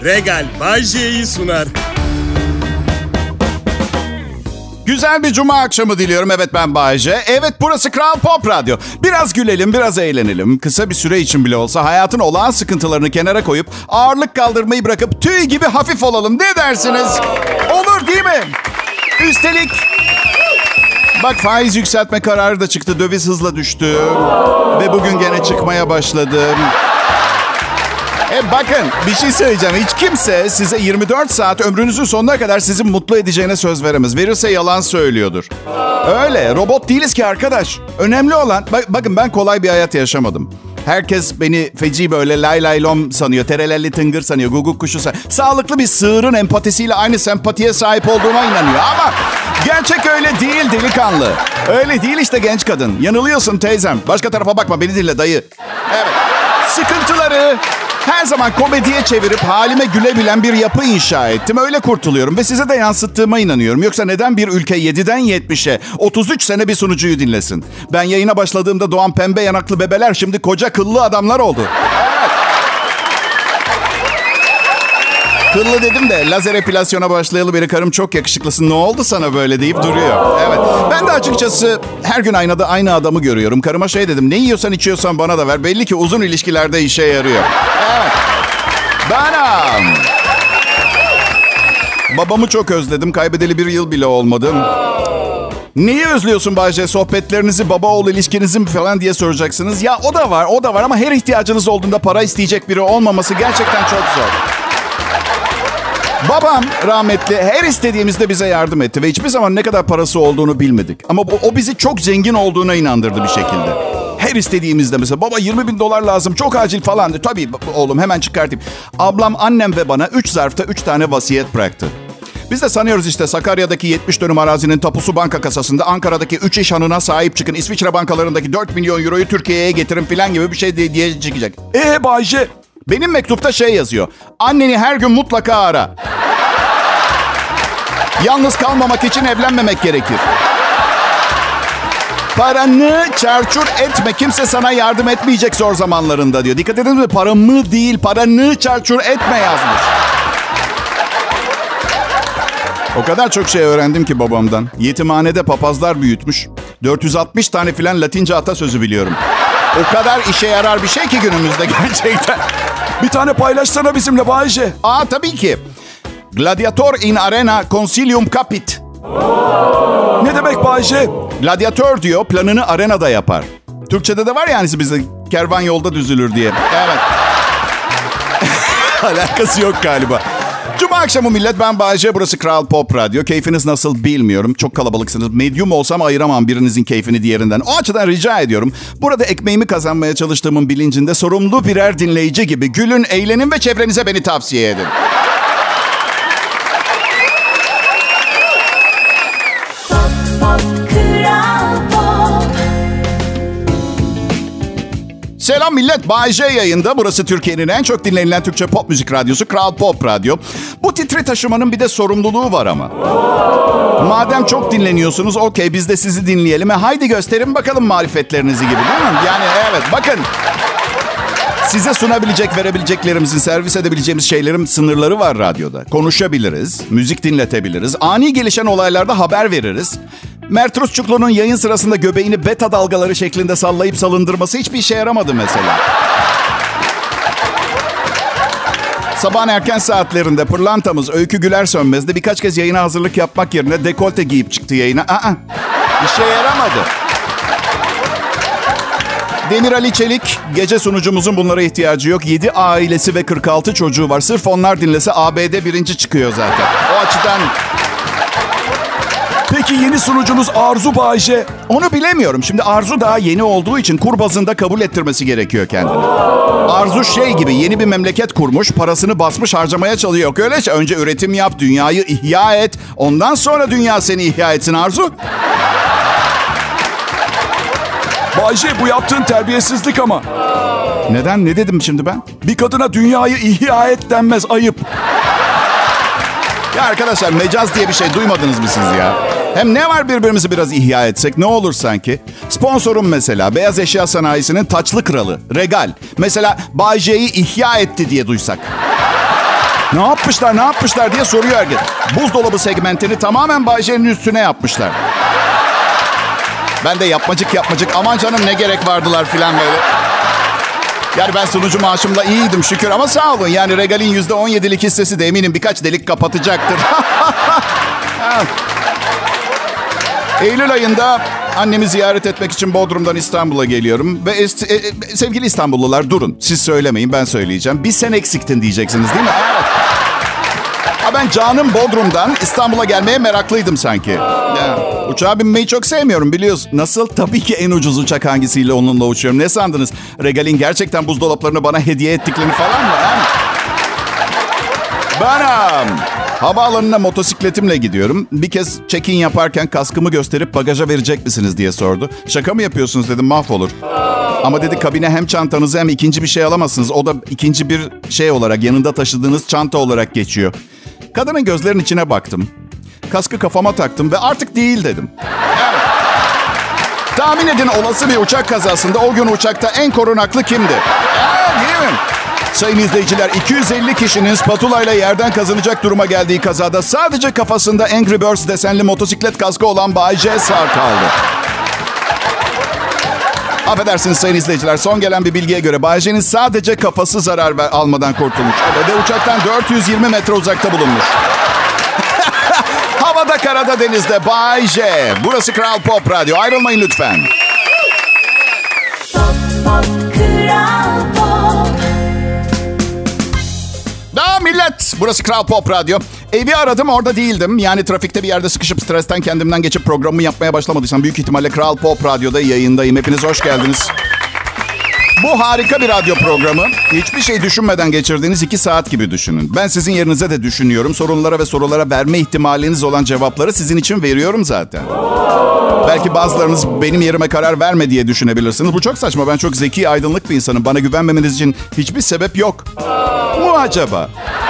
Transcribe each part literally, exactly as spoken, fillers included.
Regal Bay J'yi sunar. Güzel bir cuma akşamı diliyorum. Evet, ben Bay J. Evet, burası Kral Pop Radyo. Biraz gülelim, biraz eğlenelim. Kısa bir süre için bile olsa hayatın olağan sıkıntılarını kenara koyup ağırlık kaldırmayı bırakıp tüy gibi hafif olalım. Ne dersiniz? Olur değil mi? Üstelik bak, faiz yükseltme kararı da çıktı. Döviz hızla düştü. Ve bugün gene çıkmaya başladı. E bakın, bir şey söyleyeceğim. Hiç kimse size yirmi dört saat ömrünüzün sonuna kadar sizi mutlu edeceğine söz veremez. Verirse yalan söylüyordur. Öyle. Robot değiliz ki arkadaş. Önemli olan... Bak, bakın, ben kolay bir hayat yaşamadım. Herkes beni feci böyle lay lay lom sanıyor. Terelelli tıngır sanıyor. Guguk kuşu sanıyor. Sağlıklı bir sığırın empatisiyle aynı sempatiye sahip olduğuma inanıyor. Ama gerçek öyle değil delikanlı. Öyle değil işte genç kadın. Yanılıyorsun teyzem. Başka tarafa bakma, beni dinle dayı. Evet. Sıkıntıları her zaman komediye çevirip halime gülebilen bir yapı inşa ettim. Öyle kurtuluyorum ve size de yansıttığıma inanıyorum. Yoksa neden bir ülke yediden yetmişe otuz üç sene bir sunucuyu dinlesin? Ben yayına başladığımda doğan pembe yanaklı bebeler şimdi koca kıllı adamlar oldu. Evet. Kıllı dedim de lazer epilasyona başlayalı beri karım çok yakışıklısın, ne oldu sana böyle deyip duruyor. Evet. Ben de açıkçası her gün aynada aynı adamı görüyorum. Karıma şey dedim, ne yiyorsan içiyorsan bana da ver. Belli ki uzun ilişkilerde işe yarıyor. Evet. Benim. Babamı çok özledim. Kaybedeli bir yıl bile olmadı. Neyi özlüyorsun Bayce? Sohbetlerinizi, baba oğul ilişkinizi mi falan diye soracaksınız. Ya o da var, o da var ama her ihtiyacınız olduğunda para isteyecek biri olmaması gerçekten çok zor. Babam rahmetli her istediğimizde bize yardım etti ve hiçbir zaman ne kadar parası olduğunu bilmedik. Ama o bizi çok zengin olduğuna inandırdı bir şekilde. Her istediğimizde mesela baba yirmi bin dolar lazım çok acil falan. Tabii oğlum hemen çıkartayım. Ablam, annem ve bana üç zarfta üç tane vasiyet bıraktı. Biz de sanıyoruz işte Sakarya'daki yetmiş dönüm arazinin tapusu banka kasasında, Ankara'daki üç iş hanına sahip çıkın, İsviçre bankalarındaki dört milyon euroyu Türkiye'ye getirin falan gibi bir şey diye, diye çıkacak. Eee Bayce? Benim mektupta şey yazıyor. Anneni her gün mutlaka ara. Yalnız kalmamak için evlenmemek gerekir. Paranı çarçur etme. Kimse sana yardım etmeyecek zor zamanlarında diyor. Dikkat edin mi? Paramı değil, paranı çarçur etme yazmış. O kadar çok şey öğrendim ki babamdan. Yetimhanede papazlar büyütmüş. dört yüz altmış tane filan Latince atasözü biliyorum. O kadar işe yarar bir şey ki günümüzde gerçekten. Bir tane paylaşsana bizimle Bayce. Aa tabii ki. Gladiator in arena consilium capit. Ne demek Bayce? Gladiator diyor, planını arenada yapar. Türkçe'de de var yani bizde kervan yolda düzülür diye. Evet. Alakası yok galiba. Cuma akşamı millet, ben Bayce, burası Kral Pop Radyo. Keyfiniz nasıl bilmiyorum. Çok kalabalıksınız. Medyum olsam ayıramam birinizin keyfini diğerinden. O açıdan rica ediyorum. Burada ekmeğimi kazanmaya çalıştığımın bilincinde sorumlu birer dinleyici gibi gülün, eğlenin ve çevrenize beni tavsiye edin. Selam millet, Bay J yayında. Burası Türkiye'nin en çok dinlenilen Türkçe pop müzik radyosu Kral Pop Radyo. Bu titri taşımanın bir de sorumluluğu var ama. Madem çok dinleniyorsunuz, okey biz de sizi dinleyelim. E haydi gösterin bakalım marifetlerinizi gibi, değil mi? Yani evet, bakın. Size sunabilecek, verebileceklerimizin, servis edebileceğimiz şeylerin sınırları var radyoda. Konuşabiliriz, müzik dinletebiliriz, ani gelişen olaylarda haber veririz. Mert Rusçuklu'nun yayın sırasında göbeğini beta dalgaları şeklinde sallayıp salındırması hiçbir işe yaramadı mesela. Sabahın erken saatlerinde pırlantamız Öykü Güler Sönmez'de birkaç kez yayına hazırlık yapmak yerine dekolte giyip çıktı yayına. Aa, işe yaramadı. Demir Ali Çelik, gece sunucumuzun bunlara ihtiyacı yok. yedi ailesi ve kırk altı çocuğu var. Sırf onlar dinlese A B D birinci çıkıyor zaten. O açıdan... Peki yeni sunucunuz Arzu Bayce? Onu bilemiyorum. Şimdi Arzu daha yeni olduğu için kur bazında kabul ettirmesi gerekiyor kendini. Arzu şey gibi, yeni bir memleket kurmuş, parasını basmış, harcamaya çalışıyor. Yok öyle şey. Önce üretim yap, dünyayı ihya et. Ondan sonra dünya seni ihya etsin Arzu. Bayce, bu yaptığın terbiyesizlik ama. Neden? Ne dedim şimdi ben? Bir kadına dünyayı ihya et denmez, ayıp. Ya arkadaşlar, mecaz diye bir şey duymadınız mı siz ya? Hem ne var birbirimizi biraz ihya etsek, ne olur sanki? Sponsorum mesela beyaz eşya sanayisinin taçlı kralı Regal. Mesela Bay J'yi ihya etti diye duysak. Ne yapmışlar, ne yapmışlar diye soruyor herkes. Buzdolabı segmentini tamamen Bay J'nin üstüne yapmışlar. Ben de yapmacık yapmacık aman canım ne gerek vardılar filan böyle. Yani ben sunucu maaşımla iyiydim şükür ama sağ olun. Yani Regal'in yüzde on yedilik hissesi de eminim birkaç delik kapatacaktır. Eylül ayında annemi ziyaret etmek için Bodrum'dan İstanbul'a geliyorum. Ve est- e, e, sevgili İstanbullular durun. Siz söylemeyin, ben söyleyeceğim. Bir sen eksiktin diyeceksiniz değil mi? Evet. Ha, ben canım Bodrum'dan İstanbul'a gelmeye meraklıydım sanki. Ya, uçağa binmeyi çok sevmiyorum biliyorsun. Nasıl? Tabii ki en ucuz uçak hangisiyle onunla uçuyorum. Ne sandınız? Regal'in gerçekten buzdolaplarını bana hediye ettiklerini falan mı? Ha? Ben havaalanına motosikletimle gidiyorum. Bir kez check-in yaparken kaskımı gösterip bagaja verecek misiniz diye sordu. Şaka mı yapıyorsunuz dedim, mahvolur. Ama dedi kabine hem çantanızı hem ikinci bir şey alamazsınız. O da ikinci bir şey olarak, yanında taşıdığınız çanta olarak geçiyor. Kadının gözlerinin içine baktım. Kaskı kafama taktım ve artık değil dedim. Evet. Tahmin edin olası bir uçak kazasında o gün uçakta en korunaklı kimdi? Evet, değil mi? Sayın izleyiciler, iki yüz elli kişinin spatulayla yerden kazanacak duruma geldiği kazada sadece kafasında Angry Birds desenli motosiklet kaskı olan Bay J sağ kaldı. Affedersiniz sayın izleyiciler, son gelen bir bilgiye göre Bay J'nin sadece kafası zarar ver, almadan kurtulmuş. Ve uçaktan dört yüz yirmi metre uzakta bulunmuş. Havada, karada, denizde Bay J. Burası Kral Pop Radyo. Ayrılmayın lütfen. Pop, pop, Kral Pop. Da millet, burası Kral Pop Radyo. Evi aradım, orada değildim. Yani trafikte bir yerde sıkışıp stresten kendimden geçip programımı yapmaya başlamadıysam büyük ihtimalle Kral Pop Radyo'da yayındayım. Hepiniz hoş geldiniz. Bu harika bir radyo programı. Hiçbir şey düşünmeden geçirdiğiniz iki saat gibi düşünün. Ben sizin yerinize de düşünüyorum. Sorunlara ve sorulara verme ihtimaliniz olan cevapları sizin için veriyorum zaten. Belki bazılarınız benim yerime karar verme diye düşünebilirsiniz. Bu çok saçma. Ben çok zeki, aydınlık bir insanım. Bana güvenmemeniz için hiçbir sebep yok. Mu acaba?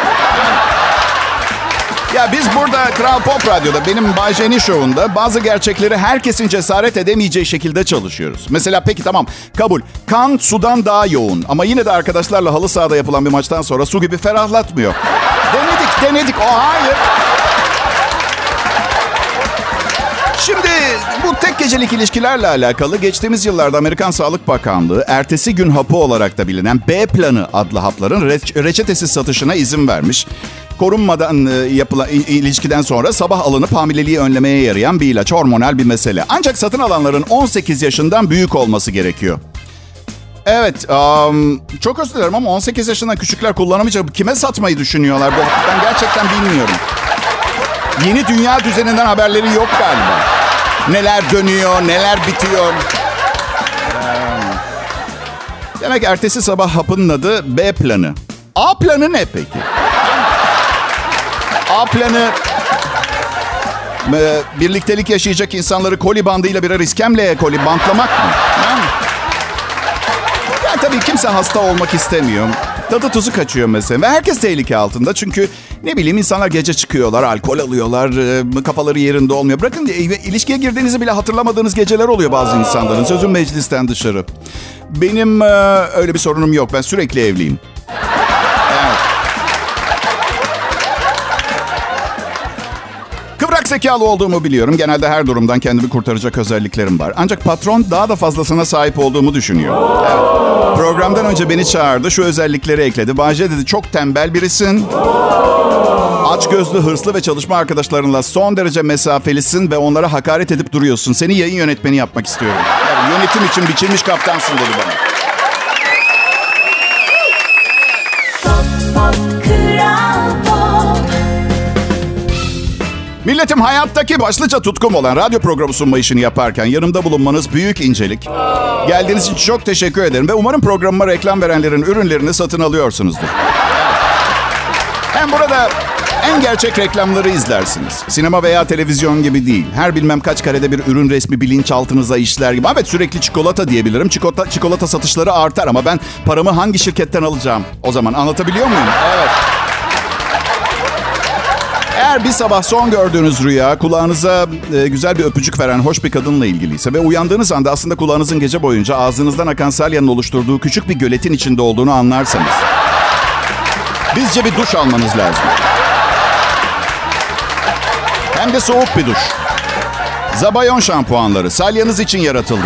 Ya biz burada Kral Pop Radyo'da benim Bay J'nin şovunda bazı gerçekleri herkesin cesaret edemeyeceği şekilde çalışıyoruz. Mesela peki tamam kabul. Kan sudan daha yoğun ama yine de arkadaşlarla halı sahada yapılan bir maçtan sonra su gibi ferahlatmıyor. Denedik denedik o hayır. Şimdi bu tek gecelik ilişkilerle alakalı geçtiğimiz yıllarda Amerikan Sağlık Bakanlığı ertesi gün hapı olarak da bilinen B planı adlı hapların reç- reçetesiz satışına izin vermiş. Korunmadan yapılan ilişkiden sonra sabah alınıp hamileliği önlemeye yarayan bir ilaç, hormonal bir mesele. Ancak satın alanların on sekiz yaşından büyük olması gerekiyor. Evet, um, çok özür dilerim ama on sekiz yaşından küçükler kullanamayacak. Kime satmayı düşünüyorlar bu? Ben gerçekten bilmiyorum. Yeni dünya düzeninden haberleri yok galiba. Neler dönüyor, neler bitiyor. Demek ertesi sabah hapının adı B planı. A planı ne peki? A planı e, birliktelik yaşayacak insanları koli bandıyla birer iskemleye koli bantlamak mı? Yani, yani tabii kimse hasta olmak istemiyor. Tadı tuzu kaçıyor mesela. Ve herkes tehlike altında. Çünkü ne bileyim insanlar gece çıkıyorlar, alkol alıyorlar, e, kafaları yerinde olmuyor. Bırakın e, ilişkiye girdiğinizi bile hatırlamadığınız geceler oluyor bazı insanların. Sözüm meclisten dışarı. Benim e, öyle bir sorunum yok. Ben sürekli evliyim. Evet. Kıvrak zekalı olduğumu biliyorum. Genelde her durumdan kendimi kurtaracak özelliklerim var. Ancak patron daha da fazlasına sahip olduğumu düşünüyor. Evet. Programdan önce beni çağırdı. Şu özellikleri ekledi. Bay J dedi çok tembel birisin. Açgözlü, hırslı ve çalışma arkadaşlarınla son derece mesafelisin ve onlara hakaret edip duruyorsun. Seni yayın yönetmeni yapmak istiyorum. Yani yönetim için biçilmiş kaptansın dedi bana. Pop, pop, Kral Pop. Milletim, hayattaki başlıca tutkum olan radyo programı sunma işini yaparken yanımda bulunmanız büyük incelik. Geldiğiniz için çok teşekkür ederim ve umarım programıma reklam verenlerin ürünlerini satın alıyorsunuzdur. Hem burada en gerçek reklamları izlersiniz. Sinema veya televizyon gibi değil. Her bilmem kaç karede bir ürün resmi bilinçaltınıza işler gibi. Evet, sürekli çikolata diyebilirim. Çikolata, çikolata satışları artar ama ben paramı hangi şirketten alacağım? O zaman anlatabiliyor muyum? Evet. Eğer bir sabah son gördüğünüz rüya kulağınıza e, güzel bir öpücük veren hoş bir kadınla ilgiliyse ve uyandığınız anda aslında kulağınızın gece boyunca ağzınızdan akan salyanın oluşturduğu küçük bir göletin içinde olduğunu anlarsanız. Bizce bir duş almanız lazım. Hem de soğuk bir duş. Zabayon şampuanları salyanız için yaratıldı.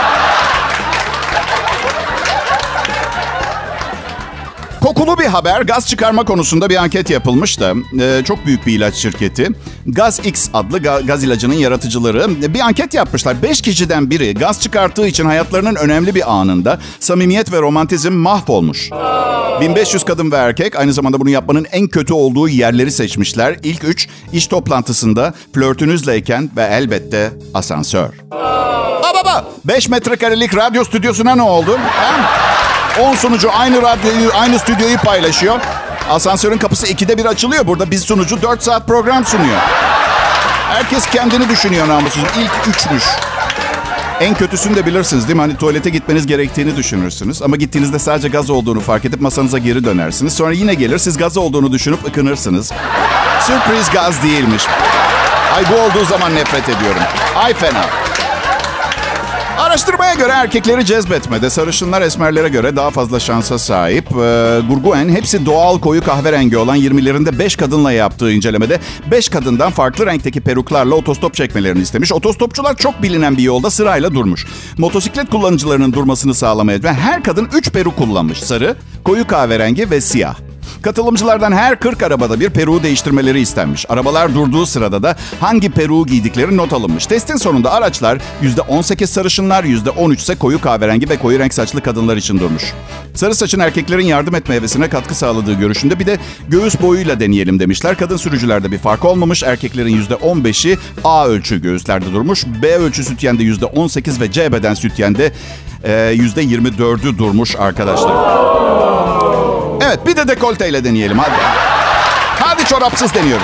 Kokulu bir haber. Gaz çıkarma konusunda bir anket yapılmış da e, çok büyük bir ilaç şirketi GazX adlı ga- gaz ilacının yaratıcıları bir anket yapmışlar. Beş kişiden biri gaz çıkarttığı için hayatlarının önemli bir anında samimiyet ve romantizm mahvolmuş. bin beş yüz kadın ve erkek aynı zamanda bunu yapmanın en kötü olduğu yerleri seçmişler. İlk üç iş toplantısında, flörtünüzleyken ve elbette asansör. Aa baba, beş metrekarelik radyo stüdyosuna ne oldu? Ha? on sunucu aynı radyoyu, aynı stüdyoyu paylaşıyor. Asansörün kapısı ikide bir açılıyor. Burada bir sunucu dört saat program sunuyor. Herkes kendini düşünüyor namussuz. İlk üçmüş. En kötüsünü de bilirsiniz değil mi? Hani tuvalete gitmeniz gerektiğini düşünürsünüz. Ama gittiğinizde sadece gaz olduğunu fark edip masanıza geri dönersiniz. Sonra yine gelir, siz gaz olduğunu düşünüp ıkınırsınız. Sürpriz gaz değilmiş. Ay bu olduğu zaman nefret ediyorum. Ay fena. Araştırmaya göre erkekleri cezbetmede sarışınlar esmerlere göre daha fazla şansa sahip. Ee, Gurguen hepsi doğal koyu kahverengi olan yirmilerinde beş kadınla yaptığı incelemede beş kadından farklı renkteki peruklarla otostop çekmelerini istemiş. Otostopçular çok bilinen bir yolda sırayla durmuş. Motosiklet kullanıcılarının durmasını sağlamaya ve her kadın üç peruk kullanmış. Sarı, koyu kahverengi ve siyah. Katılımcılardan her kırk arabada bir peruğu değiştirmeleri istenmiş. Arabalar durduğu sırada da hangi peruğu giydikleri not alınmış. Testin sonunda araçlar yüzde on sekiz sarışınlar, yüzde on üç ise koyu kahverengi ve koyu renk saçlı kadınlar için durmuş. Sarı saçın erkeklerin yardım etme hevesine katkı sağladığı görüşünde bir de göğüs boyuyla deneyelim demişler. Kadın sürücülerde bir fark olmamış. Erkeklerin yüzde on beşi A ölçü göğüslerde durmuş. B ölçü sütyende yüzde on sekiz ve C beden sütyende yüzde yirmi dördü durmuş arkadaşlar. Evet, bir de dekolteyle deneyelim hadi. Hadi çorapsız deniyoruz.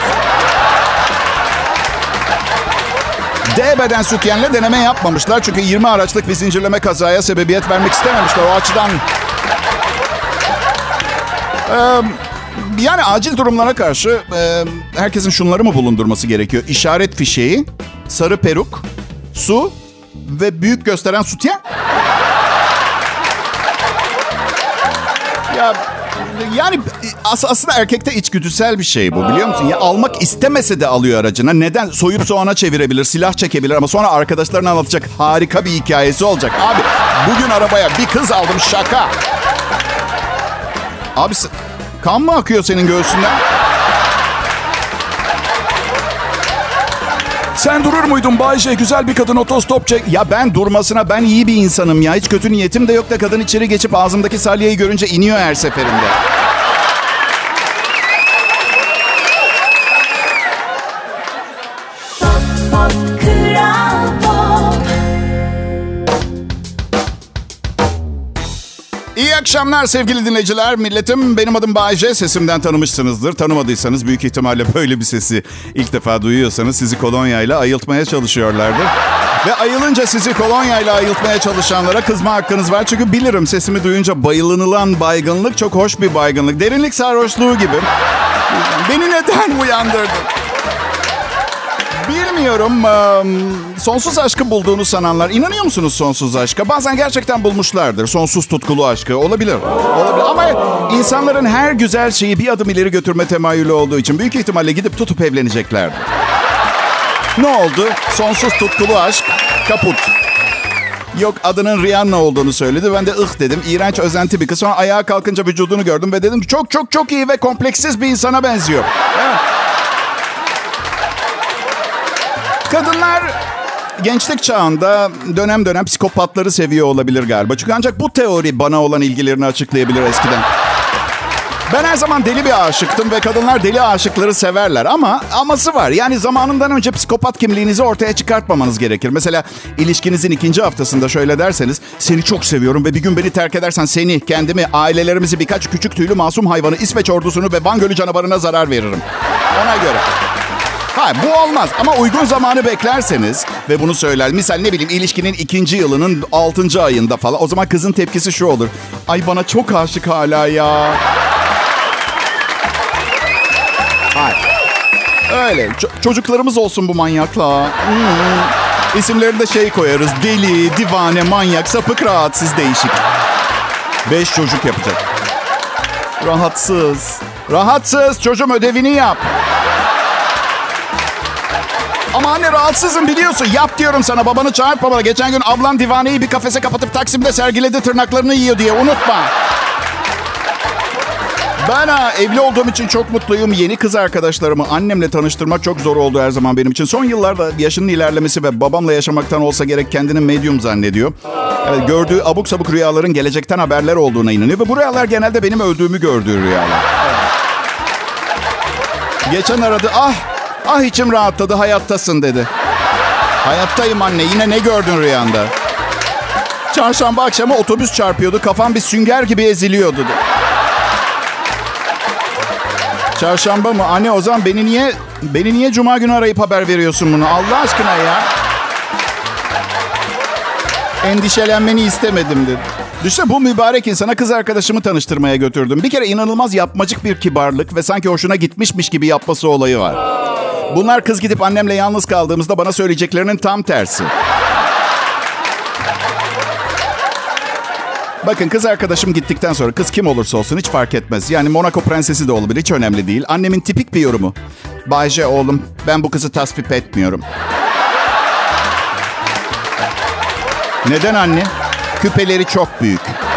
D beden sütyenle deneme yapmamışlar. Çünkü yirmi araçlık bir zincirleme kazaya sebebiyet vermek istememişler. O açıdan... Ee, yani acil durumlara karşı e, herkesin şunları mı bulundurması gerekiyor? İşaret fişeği, sarı peruk, su ve büyük gösteren sütyen. Ya... Yani as- aslında erkekte içgüdüsel bir şey bu, biliyor musun? Ya almak istemese de alıyor aracına. Neden? Soyup soğana çevirebilir, silah çekebilir ama sonra arkadaşlarına anlatacak harika bir hikayesi olacak. Abi bugün arabaya bir kız aldım, şaka. Abi kan mı akıyor senin göğsünden? Sen durur muydun Bayce? Güzel bir kadın otostop çek. Ya ben durmasına, ben iyi bir insanım ya. Hiç kötü niyetim de yok da kadın içeri geçip ağzımdaki salyayı görünce iniyor her seferinde. İyi akşamlar sevgili dinleyiciler. Milletim, benim adım Bayce. Sesimden tanımışsınızdır. Tanımadıysanız büyük ihtimalle böyle bir sesi ilk defa duyuyorsanız sizi kolonyayla ayıltmaya çalışıyorlardır. Ve ayılınca sizi kolonyayla ayıltmaya çalışanlara kızma hakkınız var. Çünkü bilirim sesimi duyunca bayılınılan baygınlık çok hoş bir baygınlık. Derinlik sarhoşluğu gibi. Beni neden uyandırdın? Bilmiyorum. Sonsuz aşkı bulduğunu sananlar, inanıyor musunuz sonsuz aşka? Bazen gerçekten bulmuşlardır. Sonsuz tutkulu aşkı. Olabilir. Olabilir. Ama insanların her güzel şeyi bir adım ileri götürme temayülü olduğu için büyük ihtimalle gidip tutup evleneceklerdi. Ne oldu? Sonsuz tutkulu aşk kaput. Yok, adının Rihanna olduğunu söyledi. Ben de ıh dedim. İğrenç, özenti bir kız. Sonra ayağa kalkınca vücudunu gördüm ve dedim ki çok çok çok iyi ve kompleksiz bir insana benziyor. Evet. Kadınlar gençlik çağında dönem dönem psikopatları seviyor olabilir galiba. Çünkü ancak bu teori bana olan ilgilerini açıklayabilir eskiden. Ben her zaman deli bir aşıktım ve kadınlar deli aşıkları severler. Ama aması var. Yani zamanından önce psikopat kimliğinizi ortaya çıkartmamanız gerekir. Mesela ilişkinizin ikinci haftasında şöyle derseniz: seni çok seviyorum ve bir gün beni terk edersen seni, kendimi, ailelerimizi, birkaç küçük tüylü masum hayvanı, İsveç ordusunu ve Van Gölü canavarına zarar veririm. Ona göre. Hayır, bu olmaz ama uygun zamanı beklerseniz ve bunu söyler. Misal ne bileyim, ilişkinin ikinci yılının altıncı ayında falan. O zaman kızın tepkisi şu olur: ay bana çok aşık hala ya. Hayır. Öyle. Ç- çocuklarımız olsun bu manyakla. Hmm. İsimlerini de şey koyarız: deli, divane, manyak, sapık, rahatsız, değişik. Beş çocuk yapacak. Rahatsız, Rahatsız. Çocuğum ödevini yap. Ama anne rahatsızım biliyorsun. Yap diyorum sana. Babanı çağırt babana. Geçen gün ablan divaneyi bir kafese kapatıp Taksim'de sergiledi, tırnaklarını yiyor diye. Unutma. Ben ha, evli olduğum için çok mutluyum. Yeni kız arkadaşlarımı annemle tanıştırmak çok zor oldu her zaman benim için. Son yıllarda yaşının ilerlemesi ve babamla yaşamaktan olsa gerek kendini medyum zannediyor. Evet, gördüğü abuk sabuk rüyaların gelecekten haberler olduğuna inanıyor. Ve bu rüyalar genelde benim öldüğümü gördüğü rüyalar. Geçen aradı. Ah, ah içim rahatladı, hayattasın dedi. Hayattayım anne, yine ne gördün rüyanda? Çarşamba akşamı otobüs çarpıyordu. Kafam bir sünger gibi eziliyordu dedi. Çarşamba mı? Anne o zaman beni niye beni niye cuma günü arayıp haber veriyorsun bunu? Allah aşkına ya. Endişelenmeni istemedim dedi. Düşünsene bu mübarek insana kız arkadaşımı tanıştırmaya götürdüm. Bir kere inanılmaz yapmacık bir kibarlık ve sanki hoşuna gitmişmiş gibi yapması olayı var. Bunlar kız gidip annemle yalnız kaldığımızda bana söyleyeceklerinin tam tersi. Bakın kız arkadaşım gittikten sonra kız kim olursa olsun hiç fark etmez. Yani Monaco prensesi de olabilir, hiç önemli değil. Annemin tipik bir yorumu. Bayce oğlum ben bu kızı tasvip etmiyorum. Neden anne? Küpeleri çok büyük.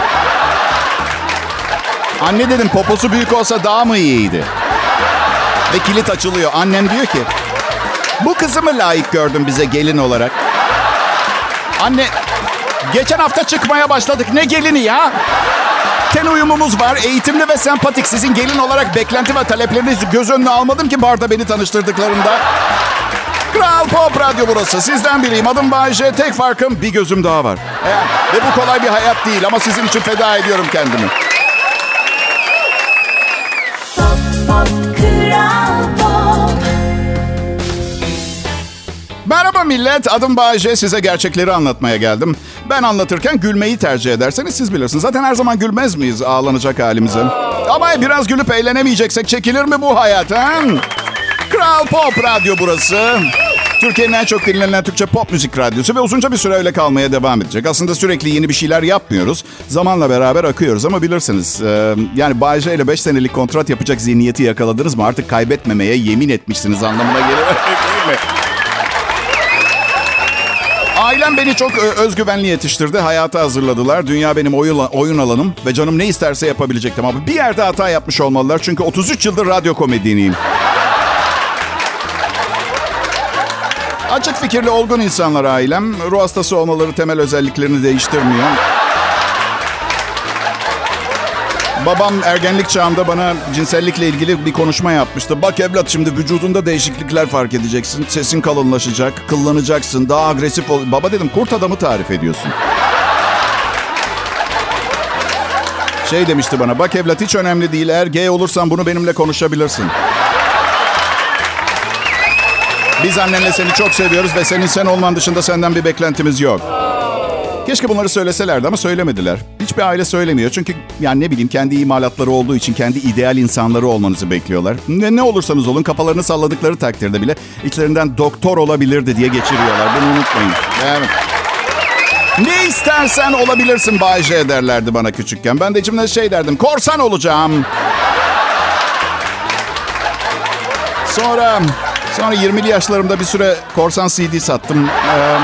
Anne dedim poposu büyük olsa daha mı iyiydi? Ve kilit açılıyor. Annem diyor ki bu kızı mı layık gördün bize gelin olarak? Anne geçen hafta çıkmaya başladık. Ne gelini ya? Ten uyumumuz var. Eğitimli ve sempatik. Sizin gelin olarak beklenti ve taleplerinizi göz önüne almadım ki barda beni tanıştırdıklarında. Kral Pop Radyo burası. Sizden biriyim. Adım Bayce. Tek farkım bir gözüm daha var. Evet. Ve bu kolay bir hayat değil ama sizin için feda ediyorum kendimi. Pop, pop, Kral Pop. Merhaba millet. Adım Bayce. Size gerçekleri anlatmaya geldim. Ben anlatırken gülmeyi tercih ederseniz siz bilirsiniz. Zaten her zaman gülmez miyiz ağlanacak halimize? Ama biraz gülüp eğlenemeyeceksek çekilir mi bu hayat? Ha? Kral Pop Radyo burası. Türkiye'nin en çok dinlenen Türkçe pop müzik radyosu ve uzunca bir süre öyle kalmaya devam edecek. Aslında sürekli yeni bir şeyler yapmıyoruz. Zamanla beraber akıyoruz ama bilirsiniz. E, yani Bayce ile beş senelik kontrat yapacak zihniyeti yakaladınız mı? Artık kaybetmemeye yemin etmişsiniz anlamına gelir değil mi? Ailem beni çok özgüvenli yetiştirdi. Hayata hazırladılar. Dünya benim oyun, oyun alanım ve canım ne isterse yapabilecektim. Ama bir yerde hata yapmış olmalılar. Çünkü otuz üç yıldır radyo komedyeniyim. Açık fikirli, olgun insanlar ailem. Ruh hastası olmaları temel özelliklerini değiştirmiyor. Babam ergenlik çağımda bana cinsellikle ilgili bir konuşma yapmıştı. Bak evlat şimdi vücudunda değişiklikler fark edeceksin. Sesin kalınlaşacak, kıllanacaksın, daha agresif ol. Baba dedim kurt adamı tarif ediyorsun. Şey demişti bana, bak evlat hiç önemli değil. Eğer gay olursan bunu benimle konuşabilirsin. Biz annenle seni çok seviyoruz ve senin sen olman dışında senden bir beklentimiz yok. Keşke bunları söyleselerdi ama söylemediler. Hiçbir aile söylemiyor. Çünkü yani ne bileyim kendi imalatları olduğu için kendi ideal insanları olmanızı bekliyorlar. Ne, ne olursanız olun kafalarını salladıkları takdirde bile içlerinden doktor olabilirdi diye geçiriyorlar. Bunu unutmayın. Evet. Ne istersen olabilirsin Bayce derlerdi bana küçükken. Ben de içimden şey derdim. Korsan olacağım. Sonra... Sonra yirmili yaşlarımda bir süre korsan C D sattım. Ee,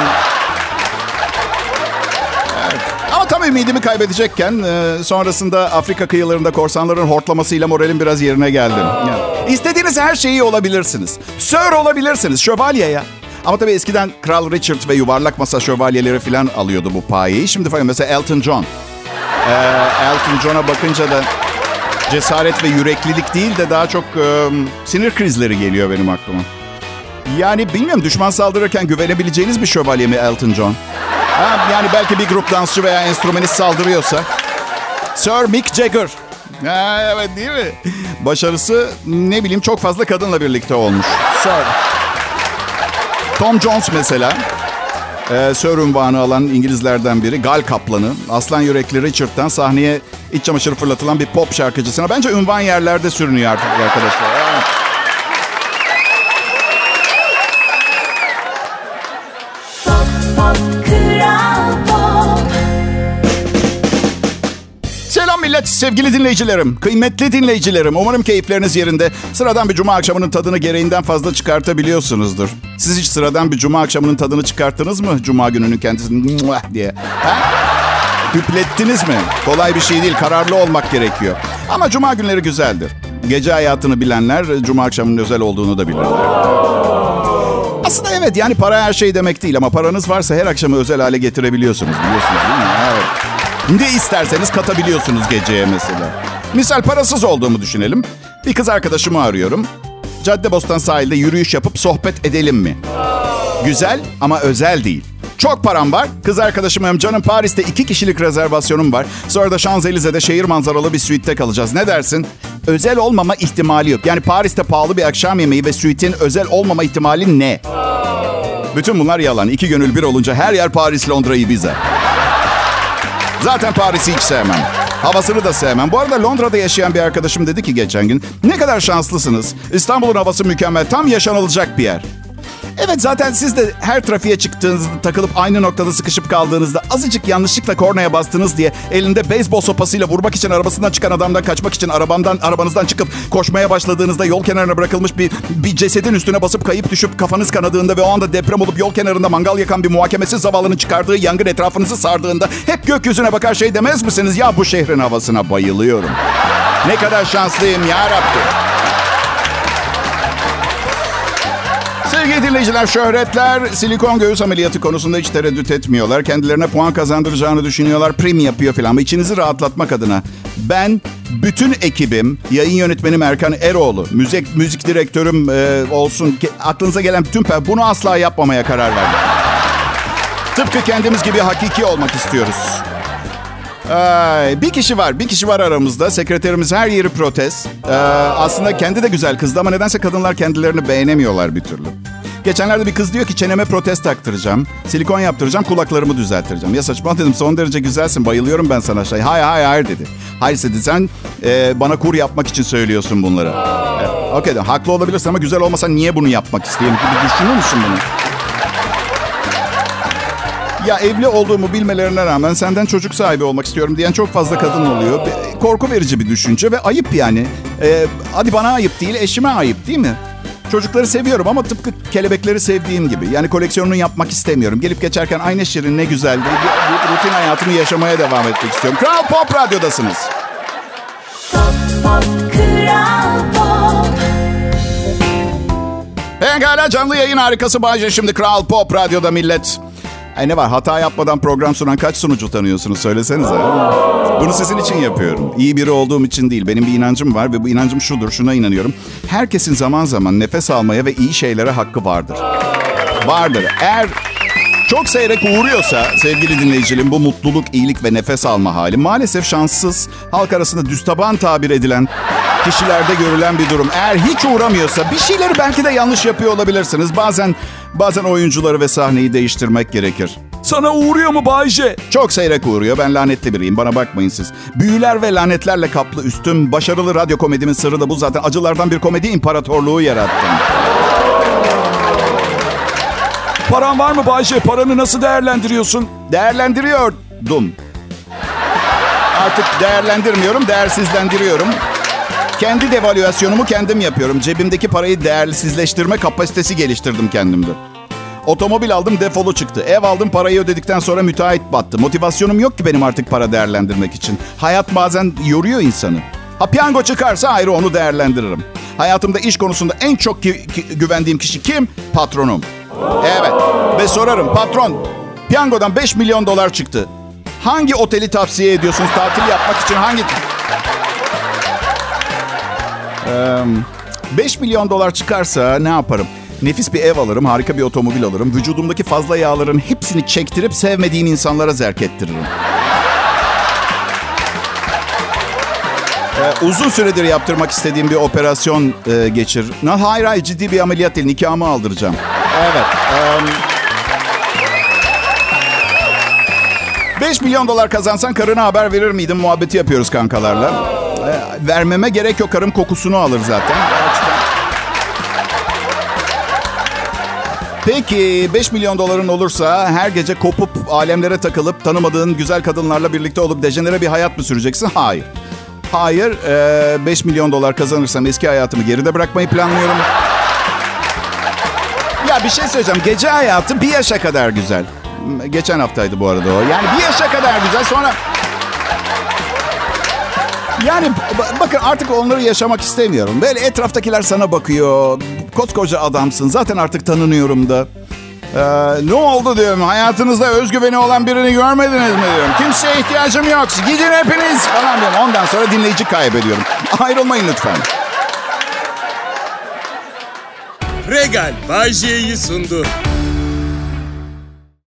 evet. Ama tam ümidimi kaybedecekken e, sonrasında Afrika kıyılarında korsanların hortlamasıyla moralim biraz yerine geldi. Yani, istediğiniz her şeyi olabilirsiniz. Sir olabilirsiniz, şövalye ya. Ama tabii eskiden Kral Richard ve yuvarlak masa şövalyeleri falan alıyordu bu payeyi. Şimdi falan mesela Elton John. Ee, Elton John'a bakınca da... cesaret ve yüreklilik değil de daha çok e, sinir krizleri geliyor benim aklıma. Yani bilmiyorum düşman saldırırken güvenebileceğiniz bir şövalye mi Elton John? Ha, yani belki bir grup dansçı veya enstrümanist saldırıyorsa. Sir Mick Jagger. Ha, evet değil mi? Başarısı ne bileyim çok fazla kadınla birlikte olmuş. Sir. Tom Jones mesela. Ee, Sir unvanı alan İngilizlerden biri. Gal kaplanı. Aslan yürekli Richard'dan sahneye iç çamaşırı fırlatılan bir pop şarkıcısına. Bence unvan yerlerde sürünüyor artık arkadaşlar. Evet. Pop, pop, Kral Pop. Selam millet, sevgili dinleyicilerim, kıymetli dinleyicilerim. Umarım keyifleriniz yerinde. Sıradan bir cuma akşamının tadını gereğinden fazla çıkartabiliyorsunuzdur. Siz hiç sıradan bir cuma akşamının tadını çıkarttınız mı? Cuma gününün kendisini diye. Ha? Hüplettiniz mi? Kolay bir şey değil. Kararlı olmak gerekiyor. Ama cuma günleri güzeldir. Gece hayatını bilenler cuma akşamının özel olduğunu da bilirler. Aslında evet, yani para her şey demek değil ama paranız varsa her akşamı özel hale getirebiliyorsunuz. Biliyorsunuz değil mi? Evet. Ne isterseniz katabiliyorsunuz geceye mesela. Misal parasız olduğumu düşünelim. Bir kız arkadaşımı arıyorum. Caddebostan sahilde yürüyüş yapıp sohbet edelim mi? Güzel ama özel değil. Çok param var. Kız arkadaşım canım Paris'te iki kişilik rezervasyonum var. Sonra da Şanzelize'de şehir manzaralı bir suite'te kalacağız. Ne dersin? Özel olmama ihtimali yok. Yani Paris'te pahalı bir akşam yemeği ve suite'in özel olmama ihtimali ne? Bütün bunlar yalan. İki gönül bir olunca her yer Paris, Londra, Ibiza. Zaten Paris'i hiç sevmem. Havasını da sevmem. Bu arada Londra'da yaşayan bir arkadaşım dedi ki geçen gün, ne kadar şanslısınız. İstanbul'un havası mükemmel. Tam yaşanılacak bir yer. Evet, zaten siz de her trafiğe çıktığınızda, takılıp aynı noktada sıkışıp kaldığınızda, azıcık yanlışlıkla kornaya bastınız diye elinde beyzbol sopasıyla vurmak için arabasından çıkan adamdan kaçmak için arabandan arabanızdan çıkıp koşmaya başladığınızda yol kenarına bırakılmış bir bir cesedin üstüne basıp kayıp düşüp kafanız kanadığında ve o anda deprem olup yol kenarında mangal yakan bir muhakemesiz zavallının çıkardığı yangın etrafınızı sardığında hep gökyüzüne bakar şey demez misiniz? Ya bu şehrin havasına bayılıyorum. Ne kadar şanslıyım ya Rabbi. Sevgili dinleyiciler, şöhretler silikon göğüs ameliyatı konusunda hiç tereddüt etmiyorlar. Kendilerine puan kazandıracağını düşünüyorlar. Prim yapıyor falan. İçinizi rahatlatmak adına ben, bütün ekibim, yayın yönetmenim Erkan Eroğlu, müzik müzik direktörüm e, olsun, aklınıza gelen tüm per, bunu asla yapmamaya karar verdim. Tıpkı kendimiz gibi hakiki olmak istiyoruz. Ay, bir kişi var, bir kişi var aramızda. Sekreterimiz her yeri protez. Ee, aslında kendi de güzel kızdı ama nedense kadınlar kendilerini beğenemiyorlar bir türlü. Geçenlerde bir kız diyor ki çeneme protez taktıracağım, silikon yaptıracağım, kulaklarımı düzelttireceğim. Ya saçma dedim, son derece güzelsin, bayılıyorum ben sana. Şey, hayır hayır hayır dedi. Hayır dedi, sen e, bana kur yapmak için söylüyorsun bunları. E, Okey, haklı olabilirsin ama güzel olmasa niye bunu yapmak isteyeyim? Bir düşünür müsün bunu? Ya evli olduğumu bilmelerine rağmen senden çocuk sahibi olmak istiyorum diyen çok fazla kadın oluyor. Korku verici bir düşünce ve ayıp yani. Ee, hadi bana ayıp değil, eşime ayıp değil mi? Çocukları seviyorum ama tıpkı kelebekleri sevdiğim gibi. Yani koleksiyonunu yapmak istemiyorum. Gelip geçerken ay ne şirin, ne güzel diye bir rutin hayatımı yaşamaya devam etmek istiyorum. Kral Pop Radyo'dasınız. Pop, pop, Kral Pop. Pekala, canlı yayın harikası Bayce şimdi Kral Pop Radyo'da millet. Ay ne var, hata yapmadan program sunan kaç sunucu tanıyorsunuz söylesenize. Bunu sizin için yapıyorum. İyi biri olduğum için değil. Benim bir inancım var ve bu inancım şudur, şuna inanıyorum. Herkesin zaman zaman nefes almaya ve iyi şeylere hakkı vardır. Vardır. Eğer çok seyrek uğruyorsa sevgili dinleyicilerim, bu mutluluk, iyilik ve nefes alma hali maalesef şanssız, halk arasında düstaban tabir edilen kişilerde görülen bir durum. Eğer hiç uğramıyorsa bir şeyleri belki de yanlış yapıyor olabilirsiniz. Bazen bazen oyuncuları ve sahneyi değiştirmek gerekir. Sana uğruyor mu Bayce? Çok seyrek uğruyor. Ben lanetli biriyim. Bana bakmayın siz. Büyüler ve lanetlerle kaplı üstüm, başarılı radyo komedimin sırrı da bu zaten. Acılardan bir komedi imparatorluğu yarattım. Paran var mı Bayce? Paranı nasıl değerlendiriyorsun? Değerlendiriyordum. Artık değerlendirmiyorum, değersizlendiriyorum. Kendi devalüasyonumu kendim yapıyorum. Cebimdeki parayı değersizleştirme kapasitesi geliştirdim kendimde. Otomobil aldım, defolu çıktı. Ev aldım, parayı ödedikten sonra müteahhit battı. Motivasyonum yok ki benim artık para değerlendirmek için. Hayat bazen yoruyor insanı. Ha piyango çıkarsa ayrı, onu değerlendiririm. Hayatımda iş konusunda en çok ki, ki, güvendiğim kişi kim? Patronum. Evet. Ve sorarım, patron, piyangodan beş milyon dolar çıktı. Hangi oteli tavsiye ediyorsunuz tatil yapmak için? Hangi... beş milyon dolar çıkarsa ne yaparım? Nefis bir ev alırım, harika bir otomobil alırım. Vücudumdaki fazla yağların hepsini çektirip sevmediğin insanlara zerk ettiririm. Ee, uzun süredir yaptırmak istediğim bir operasyon e, geçir. Hayır hayır, ciddi bir ameliyat değil, nikahımı aldıracağım. Evet. Um... beş milyon dolar kazansan karına haber verir miydin? Muhabbeti yapıyoruz kankalarla. Ee, vermeme gerek yok, karım kokusunu alır zaten. Peki beş milyon doların olursa her gece kopup alemlere takılıp tanımadığın güzel kadınlarla birlikte olup dejenere bir hayat mı süreceksin? Hayır. Hayır. beş milyon dolar kazanırsam eski hayatımı geride bırakmayı planlıyorum. Ya bir şey söyleyeceğim. Gece hayatı bir yaşa kadar güzel. Geçen haftaydı bu arada o. Yani bir yaşa kadar güzel. Sonra... Yani bakın artık onları yaşamak istemiyorum. Böyle etraftakiler sana bakıyor. Koskoca adamsın. Zaten artık tanınıyorum da. Ee, ne oldu diyorum. Hayatınızda özgüveni olan birini görmediniz mi diyorum. Kimseye ihtiyacım yok. Gidin hepiniz falan diyorum. Ondan sonra dinleyici kaybediyorum. Ayrılmayın lütfen. Regal Bay J'yi sundu.